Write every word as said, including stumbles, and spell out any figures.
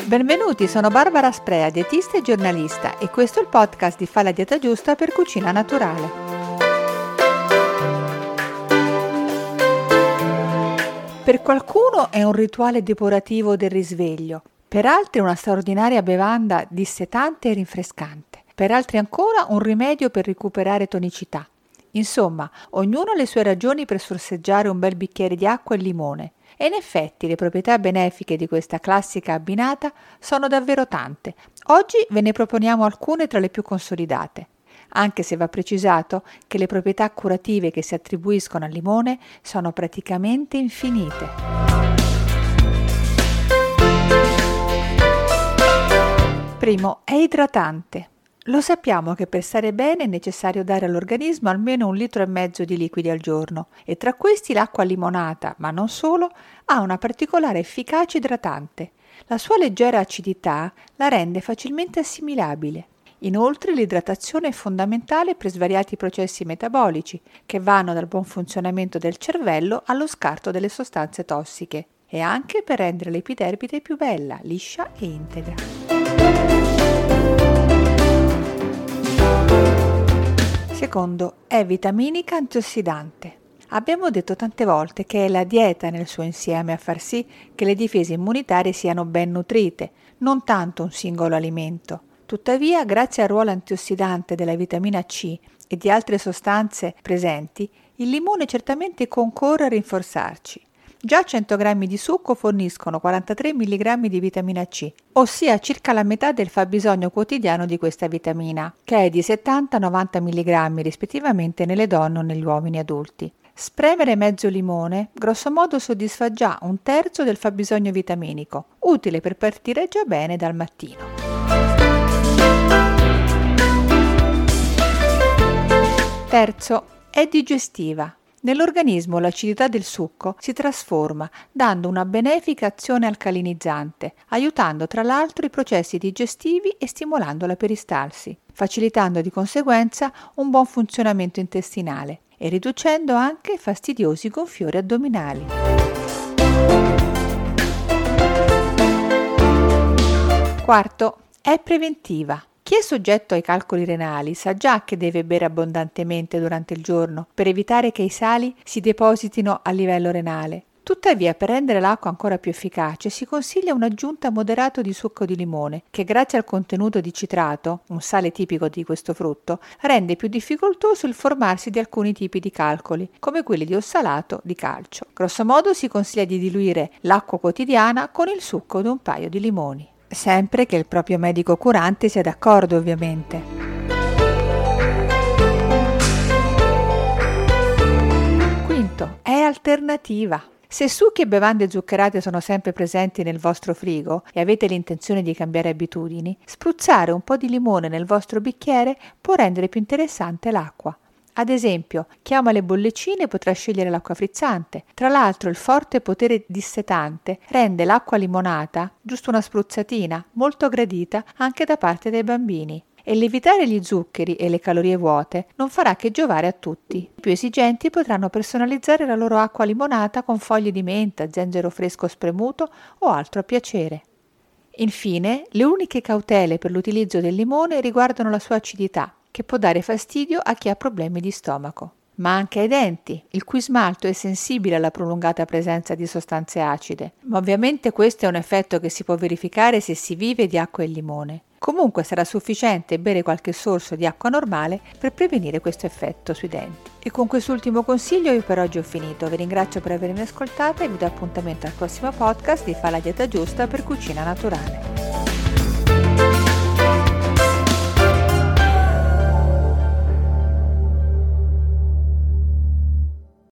Benvenuti, sono Barbara Sprea, dietista e giornalista, e questo è il podcast di Fa la dieta giusta per cucina naturale. Per qualcuno è un rituale depurativo del risveglio, per altri una straordinaria bevanda dissetante e rinfrescante, per altri ancora un rimedio per recuperare tonicità. Insomma, ognuno ha le sue ragioni per sorseggiare un bel bicchiere di acqua e limone. E in effetti le proprietà benefiche di questa classica abbinata sono davvero tante. Oggi ve ne proponiamo alcune tra le più consolidate, anche se va precisato che le proprietà curative che si attribuiscono al limone sono praticamente infinite. Primo, è idratante. Lo sappiamo che per stare bene è necessario dare all'organismo almeno un litro e mezzo di liquidi al giorno e tra questi l'acqua limonata, ma non solo, ha una particolare efficacia idratante. La sua leggera acidità la rende facilmente assimilabile. Inoltre l'idratazione è fondamentale per svariati processi metabolici che vanno dal buon funzionamento del cervello allo scarto delle sostanze tossiche e anche per rendere l'epidermide più bella, liscia e integra. Secondo, è vitaminica antiossidante. Abbiamo detto tante volte che è la dieta nel suo insieme a far sì che le difese immunitarie siano ben nutrite, non tanto un singolo alimento. Tuttavia, grazie al ruolo antiossidante della vitamina C e di altre sostanze presenti, il limone certamente concorre a rinforzarci. Già cento grammi di succo forniscono quarantatré milligrammi di vitamina C, ossia circa la metà del fabbisogno quotidiano di questa vitamina, che è di settanta novanta milligrammi rispettivamente nelle donne o negli uomini adulti. Spremere mezzo limone, grosso modo soddisfa già un terzo del fabbisogno vitaminico, utile per partire già bene dal mattino. Terzo, è digestiva. Nell'organismo l'acidità del succo si trasforma dando una benefica azione alcalinizzante, aiutando tra l'altro i processi digestivi e stimolando la peristalsi, facilitando di conseguenza un buon funzionamento intestinale e riducendo anche fastidiosi gonfiori addominali. Quarto, è preventiva. Chi è soggetto ai calcoli renali sa già che deve bere abbondantemente durante il giorno per evitare che i sali si depositino a livello renale. Tuttavia, per rendere l'acqua ancora più efficace, si consiglia un'aggiunta moderata di succo di limone, che grazie al contenuto di citrato, un sale tipico di questo frutto, rende più difficoltoso il formarsi di alcuni tipi di calcoli, come quelli di ossalato di calcio. Grosso modo si consiglia di diluire l'acqua quotidiana con il succo di un paio di limoni. Sempre che il proprio medico curante sia d'accordo, ovviamente. Quinto, è alternativa. Se succhi e bevande zuccherate sono sempre presenti nel vostro frigo e avete l'intenzione di cambiare abitudini, spruzzare un po' di limone nel vostro bicchiere può rendere più interessante l'acqua. Ad esempio, chi ama le bollicine potrà scegliere l'acqua frizzante. Tra l'altro il forte potere dissetante rende l'acqua limonata, giusto una spruzzatina, molto gradita anche da parte dei bambini. E l'evitare gli zuccheri e le calorie vuote non farà che giovare a tutti. I più esigenti potranno personalizzare la loro acqua limonata con foglie di menta, zenzero fresco spremuto o altro a piacere. Infine, le uniche cautele per l'utilizzo del limone riguardano la sua acidità, che può dare fastidio a chi ha problemi di stomaco, ma anche ai denti, il cui smalto è sensibile alla prolungata presenza di sostanze acide. Ma ovviamente questo è un effetto che si può verificare se si vive di acqua e limone. Comunque sarà sufficiente bere qualche sorso di acqua normale per prevenire questo effetto sui denti. E con quest'ultimo consiglio io per oggi ho finito. Vi ringrazio per avermi ascoltata e vi do appuntamento al prossimo podcast di Fa la dieta giusta per cucina naturale.